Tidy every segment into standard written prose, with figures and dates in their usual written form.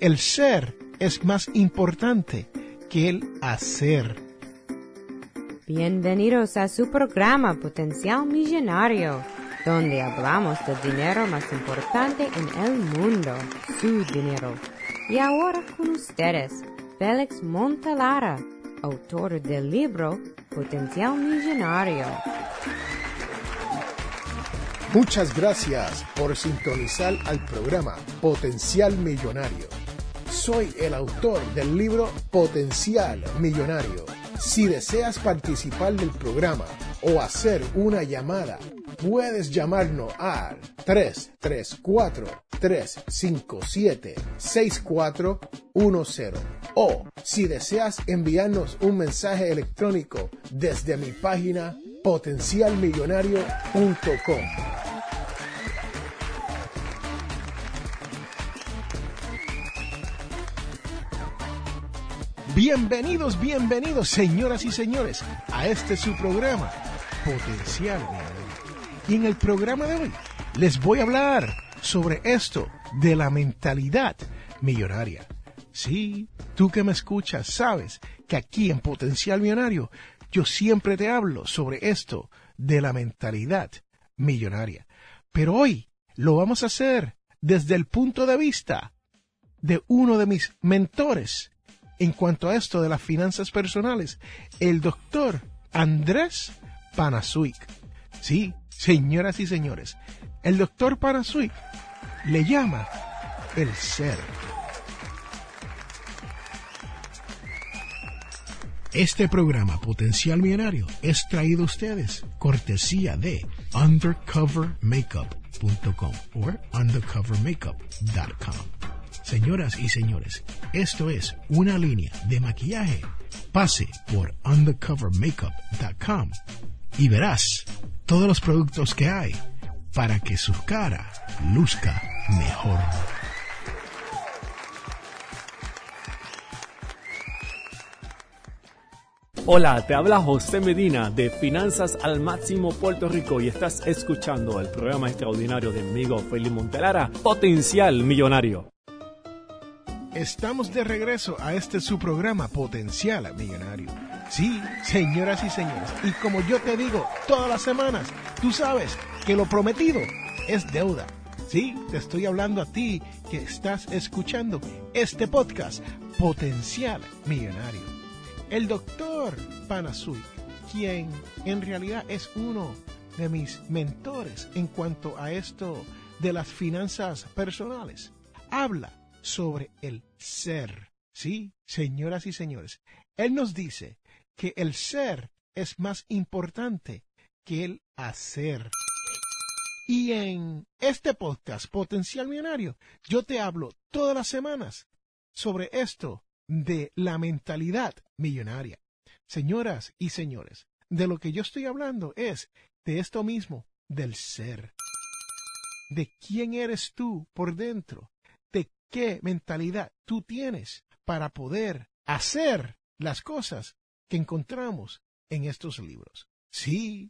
el ser es más importante que el hacer. Bienvenidos a su programa Potencial Millonario, donde hablamos del dinero más importante en el mundo, su dinero. Y ahora con ustedes, Félix Montelara, autor del libro Potencial Millonario. Muchas gracias por sintonizar al programa Potencial Millonario. Soy el autor del libro Potencial Millonario. Si deseas participar del programa o hacer una llamada, puedes llamarnos al 334-357-6410. O si deseas enviarnos un mensaje electrónico desde mi página potencialmillonario.com. Bienvenidos, señoras y señores, a este su programa, Potencial Millonario. Y en el programa de hoy les voy a hablar sobre esto de la mentalidad millonaria. Sí, tú que me escuchas sabes que aquí en Potencial Millonario yo siempre te hablo sobre esto de la mentalidad millonaria. Pero hoy lo vamos a hacer desde el punto de vista de uno de mis mentores en cuanto a esto de las finanzas personales, el doctor Andrés Panasiuk. Sí, señoras y señores, el doctor Panasiuk le llama el ser. Este programa Potencial Millonario es traído a ustedes cortesía de undercovermakeup.com o undercovermakeup.com. Señoras y señores, esto es una línea de maquillaje. Pase por undercovermakeup.com y verás todos los productos que hay para que su cara luzca mejor. Hola, te habla José Medina de Finanzas al Máximo Puerto Rico y estás escuchando el programa extraordinario de mi amigo Félix Montelara, Potencial Millonario. Estamos de regreso a este su programa Potencial Millonario. Sí, señoras y señores, y como yo te digo todas las semanas, tú sabes que lo prometido es deuda. Sí, te estoy hablando a ti que estás escuchando este podcast Potencial Millonario. El doctor Panasiuk, quien en realidad es uno de mis mentores en cuanto a esto de las finanzas personales, habla sobre el ser. Sí, señoras y señores, él nos dice que el ser es más importante que el hacer. Y en este podcast Potencial Millonario, yo te hablo todas las semanas sobre esto de la mentalidad millonaria. Señoras y señores, de lo que yo estoy hablando es de esto mismo, del ser. De quién eres tú por dentro, de qué mentalidad tú tienes para poder hacer las cosas que encontramos en estos libros. Sí,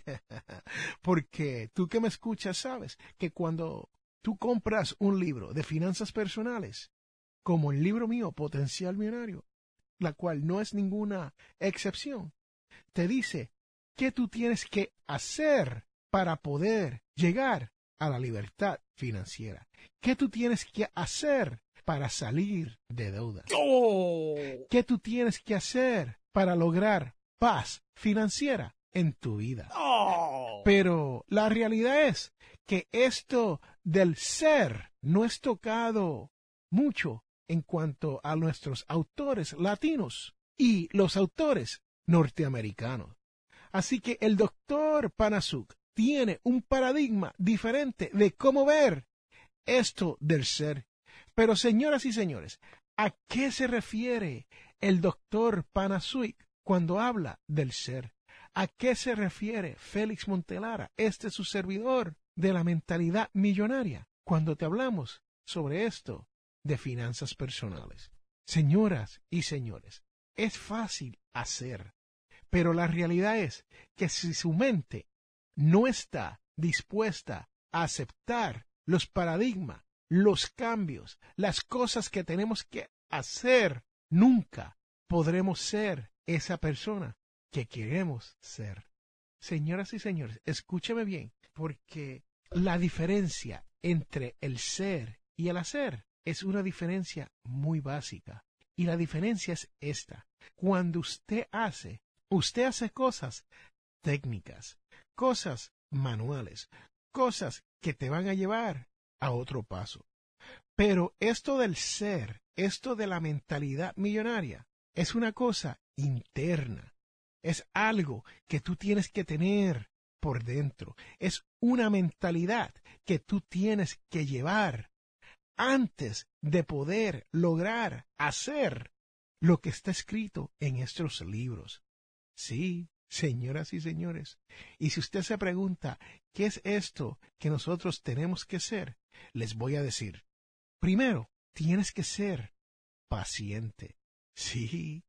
porque tú que me escuchas sabes que cuando tú compras un libro de finanzas personales, como el libro mío Potencial Millonario, la cual no es ninguna excepción, te dice qué tú tienes que hacer para poder llegar a la libertad financiera. ¿Qué tú tienes que hacer para salir de deuda? ¿Qué tú tienes que hacer para lograr paz financiera en tu vida? Pero la realidad es que esto del ser no es tocado mucho en cuanto a nuestros autores latinos y los autores norteamericanos. Así que el doctor Panasiuk tiene un paradigma diferente de cómo ver esto del ser. Pero señoras y señores, ¿a qué se refiere el doctor Panasiuk cuando habla del ser? ¿A qué se refiere Félix Montelara, este su servidor de la mentalidad millonaria, cuando te hablamos sobre esto de finanzas personales? Señoras y señores, es fácil hacer, pero la realidad es que si su mente no está dispuesta a aceptar los paradigmas los cambios, las cosas que tenemos que hacer, nunca podremos ser esa persona que queremos ser. Señoras y señores, escúcheme bien, porque la diferencia entre el ser y el hacer es una diferencia muy básica. Y la diferencia es esta. Cuando usted hace cosas técnicas, cosas manuales, cosas que te van a llevar a otro paso. Pero esto del ser, esto de la mentalidad millonaria, es una cosa interna. Es algo que tú tienes que tener por dentro. Es una mentalidad que tú tienes que llevar antes de poder lograr hacer lo que está escrito en estos libros. Sí, señoras y señores. Y si usted se pregunta, ¿qué es esto que nosotros tenemos que ser? Les voy a decir. Primero, tienes que ser paciente. Sí,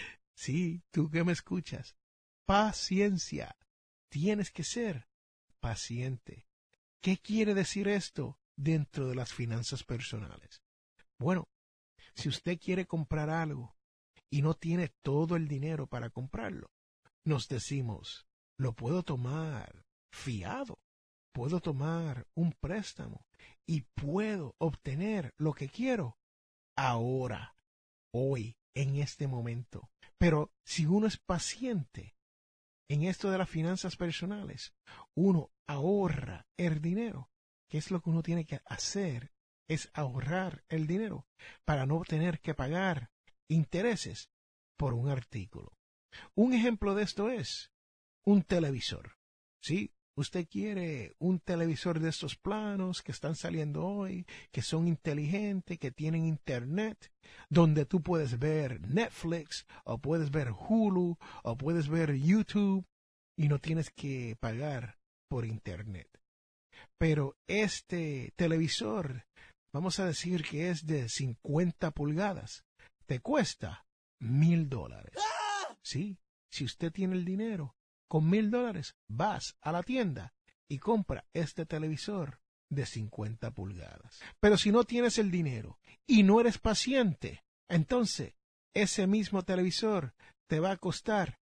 tú que me escuchas. Paciencia. Tienes que ser paciente. ¿Qué quiere decir esto dentro de las finanzas personales? Bueno, si usted quiere comprar algo y no tiene todo el dinero para comprarlo, nos decimos, lo puedo tomar fiado, puedo tomar un préstamo y puedo obtener lo que quiero ahora, hoy, en este momento. Pero si uno es paciente en esto de las finanzas personales, uno ahorra el dinero. ¿Qué es lo que uno tiene que hacer? Es ahorrar el dinero para no tener que pagar intereses por un artículo. Un ejemplo de esto es un televisor. ¿Sí? Usted quiere un televisor de estos planos que están saliendo hoy, que son inteligentes, que tienen internet, donde tú puedes ver Netflix, o puedes ver Hulu, o puedes ver YouTube, y no tienes que pagar por internet. Pero este televisor, vamos a decir que es de 50 pulgadas, te cuesta $1,000. Sí, si usted tiene el dinero, con $1,000 vas a la tienda y compra este televisor de 50 pulgadas. Pero si no tienes el dinero y no eres paciente, entonces ese mismo televisor te va a costar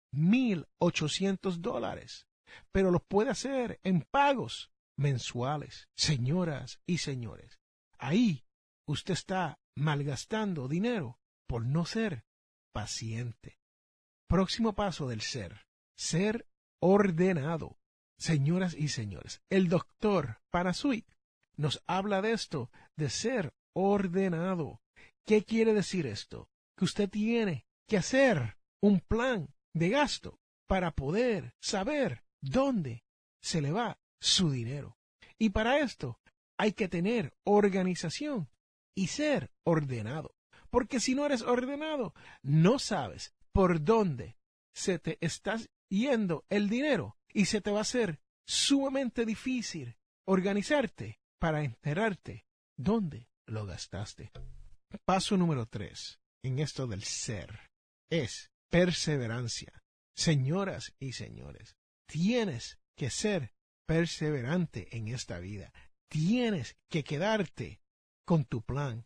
$1,800. Pero lo puede hacer en pagos mensuales. Señoras y señores, ahí usted está malgastando dinero por no ser paciente. Próximo paso del ser. Ser ordenado. Señoras y señores, el doctor Panasuik nos habla de esto, de ser ordenado. ¿Qué quiere decir esto? Que usted tiene que hacer un plan de gasto para poder saber dónde se le va su dinero. Y para esto hay que tener organización y ser ordenado. Porque si no eres ordenado, no sabes por dónde se te está yendo el dinero y se te va a hacer sumamente difícil organizarte para enterarte dónde lo gastaste. Paso número 3 en esto del ser es perseverancia. Señoras y señores, tienes que ser perseverante en esta vida. Tienes que quedarte con tu plan.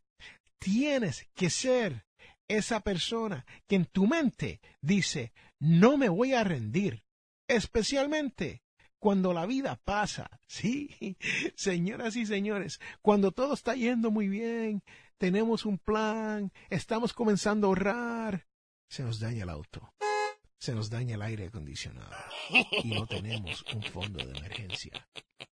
Tienes que ser esa persona que en tu mente dice, no me voy a rendir, especialmente cuando la vida pasa. Sí, señoras y señores, cuando todo está yendo muy bien, tenemos un plan, estamos comenzando a ahorrar, se nos daña el auto, se nos daña el aire acondicionado y no tenemos un fondo de emergencia.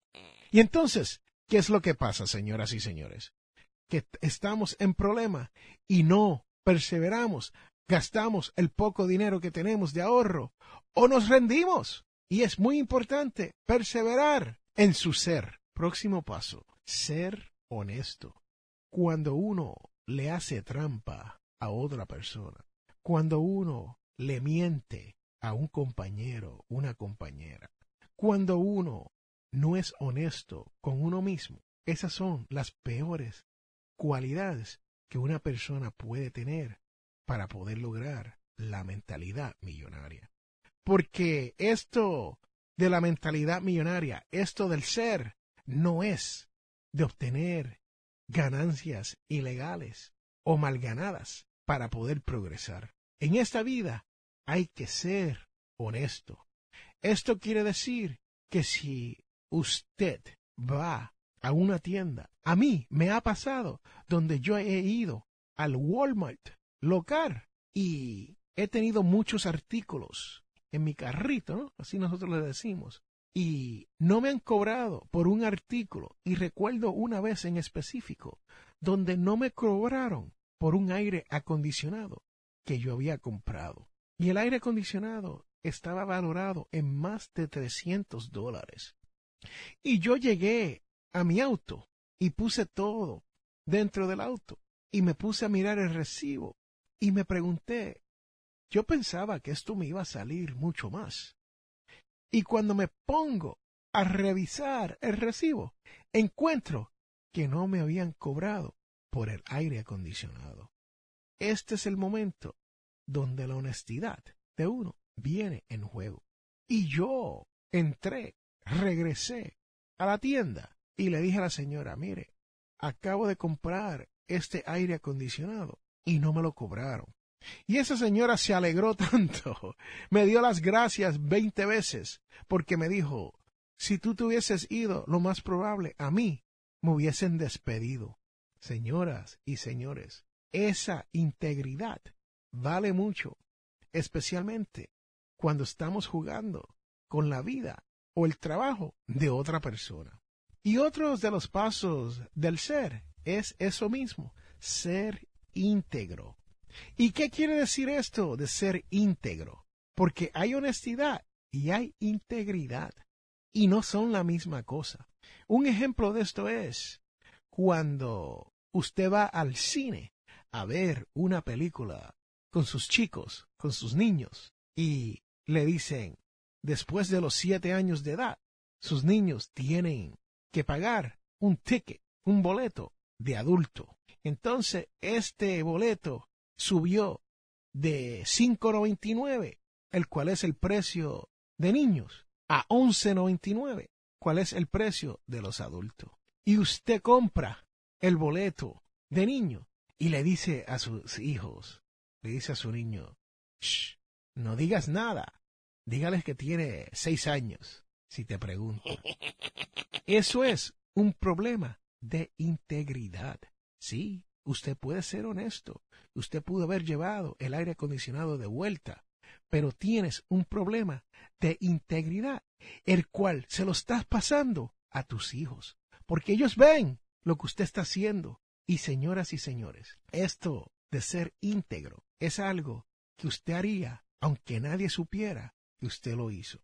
Y entonces, ¿qué es lo que pasa, señoras y señores? Que estamos en problema y no perseveramos, gastamos el poco dinero que tenemos de ahorro o nos rendimos. Y es muy importante perseverar en su ser. Próximo paso, ser honesto. Cuando uno le hace trampa a otra persona, cuando uno le miente a un compañero, una compañera, cuando uno no es honesto con uno mismo, esas son las peores cualidades que una persona puede tener para poder lograr la mentalidad millonaria. Porque esto de la mentalidad millonaria, esto del ser, no es de obtener ganancias ilegales o malganadas para poder progresar. En esta vida hay que ser honesto. Esto quiere decir que si usted va a una tienda, a mí me ha pasado donde yo he ido al Walmart local y he tenido muchos artículos en mi carrito, ¿no? Así nosotros le decimos. Y no me han cobrado por un artículo. Y recuerdo una vez en específico donde no me cobraron por un aire acondicionado que yo había comprado. Y el aire acondicionado estaba valorado en más de $300. Y yo llegué a mi auto y puse todo dentro del auto y me puse a mirar el recibo y me pregunté, yo pensaba que esto me iba a salir mucho más. Y cuando me pongo a revisar el recibo, encuentro que no me habían cobrado por el aire acondicionado. Este es el momento donde la honestidad de uno viene en juego. Y yo regresé a la tienda y le dije a la señora, mire, acabo de comprar este aire acondicionado y no me lo cobraron. Y esa señora se alegró tanto, me dio las gracias 20 veces, porque me dijo, si tú te hubieses ido, lo más probable a mí me hubiesen despedido. Señoras y señores, esa integridad vale mucho, especialmente cuando estamos jugando con la vida o el trabajo de otra persona. Y otro de los pasos del ser es eso mismo, ser íntegro. ¿Y qué quiere decir esto de ser íntegro? Porque hay honestidad y hay integridad, y no son la misma cosa. Un ejemplo de esto es cuando usted va al cine a ver una película con sus chicos, con sus niños, y le dicen, después de los 7 años de edad, sus niños tienen que pagar un ticket, un boleto de adulto. Entonces, este boleto subió de $5.99, el cual es el precio de niños, a $11.99, cual es el precio de los adultos. Y usted compra el boleto de niño y le dice a sus hijos, le dice a su niño, shh, no digas nada, dígales que tiene 6 años, si te preguntan. Eso es un problema de integridad. Sí, usted puede ser honesto. Usted pudo haber llevado el aire acondicionado de vuelta, pero tienes un problema de integridad, el cual se lo estás pasando a tus hijos, porque ellos ven lo que usted está haciendo. Y señoras y señores, esto de ser íntegro es algo que usted haría aunque nadie supiera que usted lo hizo.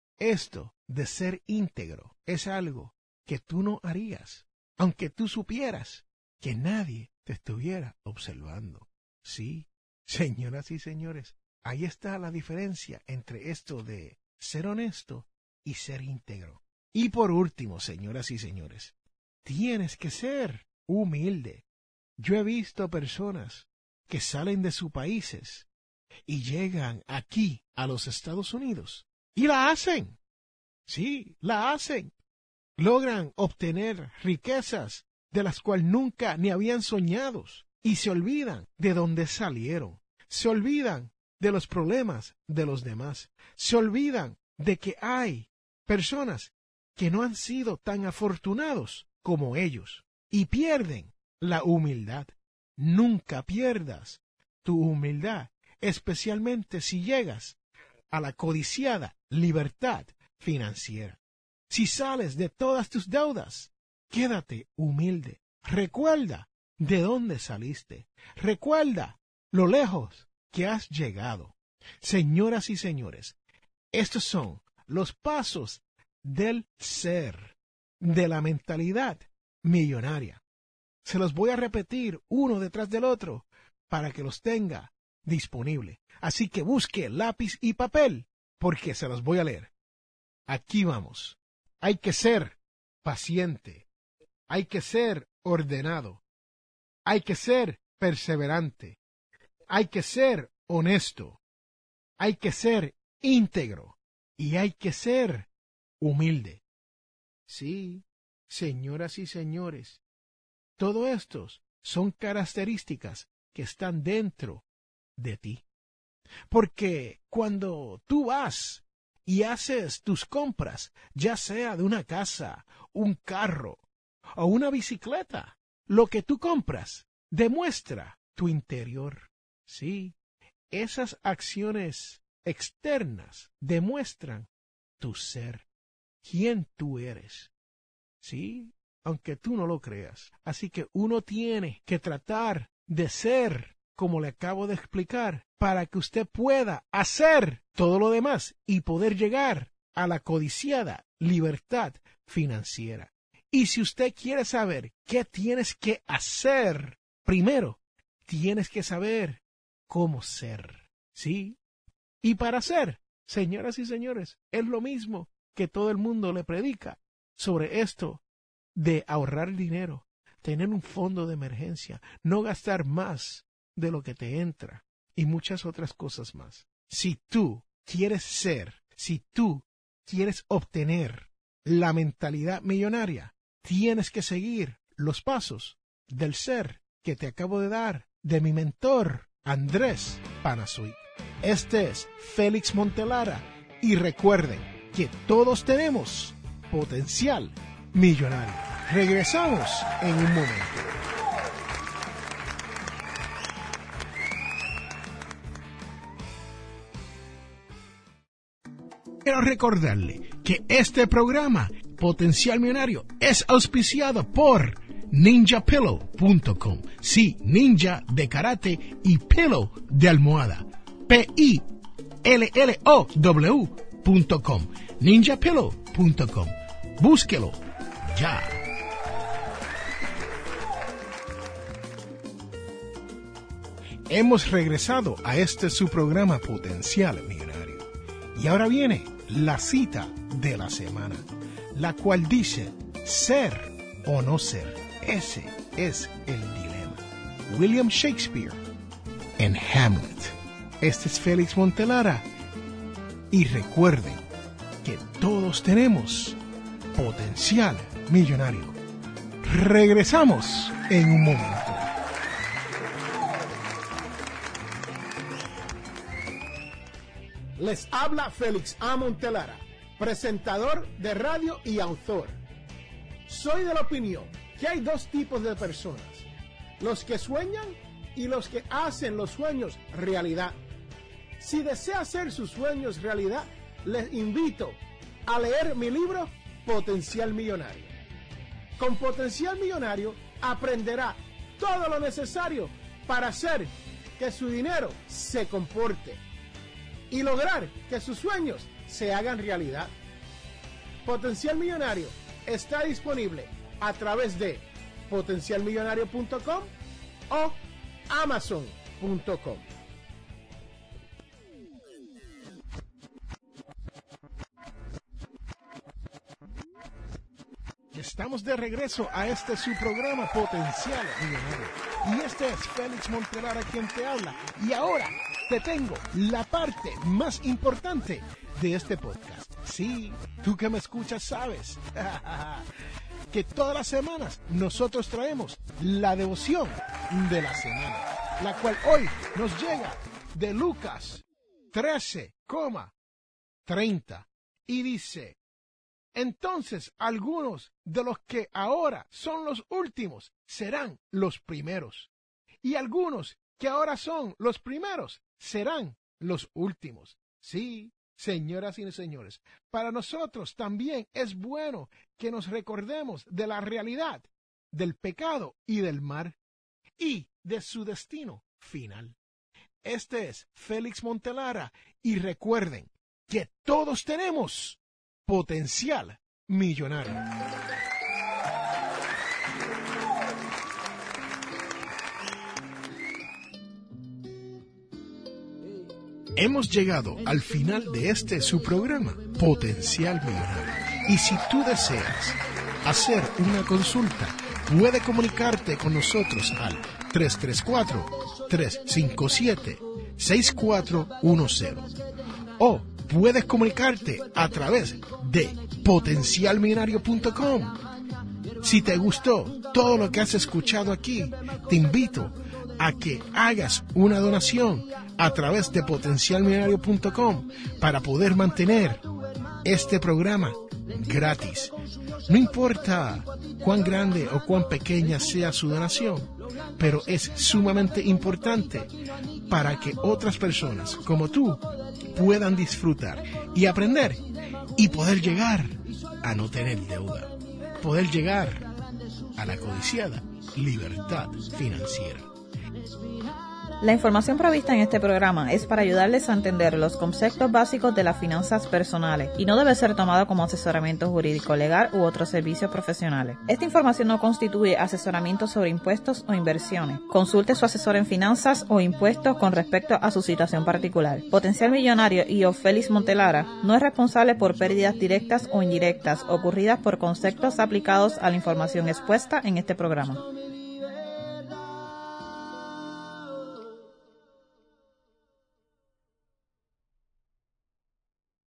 Esto de ser íntegro es algo que tú no harías, aunque tú supieras que nadie te estuviera observando. Sí, señoras y señores, ahí está la diferencia entre esto de ser honesto y ser íntegro. Y por último, señoras y señores, tienes que ser humilde. Yo he visto personas que salen de sus países y llegan aquí a los Estados Unidos y la hacen. Sí, la hacen. Logran obtener riquezas de las cuales nunca ni habían soñado y se olvidan de dónde salieron. Se olvidan de los problemas de los demás. Se olvidan de que hay personas que no han sido tan afortunados como ellos y pierden la humildad. Nunca pierdas tu humildad, especialmente si llegas a la codiciada libertad financiera. Si sales de todas tus deudas, quédate humilde. Recuerda de dónde saliste. Recuerda lo lejos que has llegado. Señoras y señores, estos son los pasos del ser, de la mentalidad millonaria. Se los voy a repetir uno detrás del otro para que los tenga disponible. Así que busque lápiz y papel porque se los voy a leer. Aquí vamos. Hay que ser paciente. Hay que ser ordenado. Hay que ser perseverante. Hay que ser honesto. Hay que ser íntegro. Y hay que ser humilde. Sí, señoras y señores, Todo estos son características que están dentro de ti. Porque cuando tú vas y haces tus compras, ya sea de una casa, un carro o una bicicleta, lo que tú compras demuestra tu interior. Sí, esas acciones externas demuestran tu ser, quién tú eres. Sí, aunque tú no lo creas. Así que uno tiene que tratar de ser, como le acabo de explicar, para que usted pueda hacer todo lo demás y poder llegar a la codiciada libertad financiera. Y si usted quiere saber qué tienes que hacer, primero tienes que saber cómo ser. ¿Sí? Y para ser, señoras y señores, es lo mismo que todo el mundo le predica sobre esto de ahorrar dinero, tener un fondo de emergencia, no gastar más de lo que te entra y muchas otras cosas más. Si tú quieres ser, si tú quieres obtener la mentalidad millonaria, tienes que seguir los pasos del ser que te acabo de dar de mi mentor Andrés Panasuik. Este es Félix Montelara y recuerden que todos tenemos potencial millonario. Regresamos en un momento. Quiero recordarle que este programa, Potencial Millonario, es auspiciado por ninjapillow.com. Sí, ninja de karate y pillow de almohada. PILLOW.com. ninjapillow.com. Búsquelo ya. Hemos regresado a este su programa Potencial Millonario. Y ahora viene la cita de la semana, la cual dice, ser o no ser. Ese es el dilema. William Shakespeare en Hamlet. Este es Félix Montelara. Y recuerden que todos tenemos potencial millonario. Regresamos en un momento. Les habla Félix A. Montelara, presentador de radio y autor. Soy de la opinión que hay dos tipos de personas: los que sueñan y los que hacen los sueños realidad. Si desea hacer sus sueños realidad, les invito a leer mi libro Potencial Millonario. Con Potencial Millonario aprenderá todo lo necesario para hacer que su dinero se comporte y lograr que sus sueños se hagan realidad. Potencial Millonario está disponible a través de potencialmillonario.com o amazon.com. Estamos de regreso a este su programa Potencial Millonario. Y este es Félix Montelara quien te habla. Y ahora te tengo la parte más importante de este podcast. Sí, tú que me escuchas sabes que todas las semanas nosotros traemos la devoción de la semana, la cual hoy nos llega de Lucas 13:30 y dice: entonces algunos de los que ahora son los últimos serán los primeros, y algunos que ahora son los primeros serán los últimos. Sí, señoras y señores, para nosotros también es bueno que nos recordemos de la realidad del pecado y del mal y de su destino final. Este es Félix Montelara y recuerden que todos tenemos potencial millonario. Hemos llegado al final de este su programa, Potencial Millonario. Y si tú deseas hacer una consulta, puede comunicarte con nosotros al 334-357-6410. O puedes comunicarte a través de potencialmillonario.com. Si te gustó todo lo que has escuchado aquí, te invito a que hagas una donación a través de potencialmillonario.com para poder mantener este programa gratis. No importa cuán grande o cuán pequeña sea su donación, pero es sumamente importante para que otras personas como tú puedan disfrutar y aprender y poder llegar a no tener deuda, poder llegar a la codiciada libertad financiera. La información provista en este programa es para ayudarles a entender los conceptos básicos de las finanzas personales y no debe ser tomado como asesoramiento jurídico, legal u otros servicios profesionales. Esta información no constituye asesoramiento sobre impuestos o inversiones. Consulte su asesor en finanzas o impuestos con respecto a su situación particular. Potencial Millonario y Félix Montelara no es responsable por pérdidas directas o indirectas ocurridas por conceptos aplicados a la información expuesta en este programa.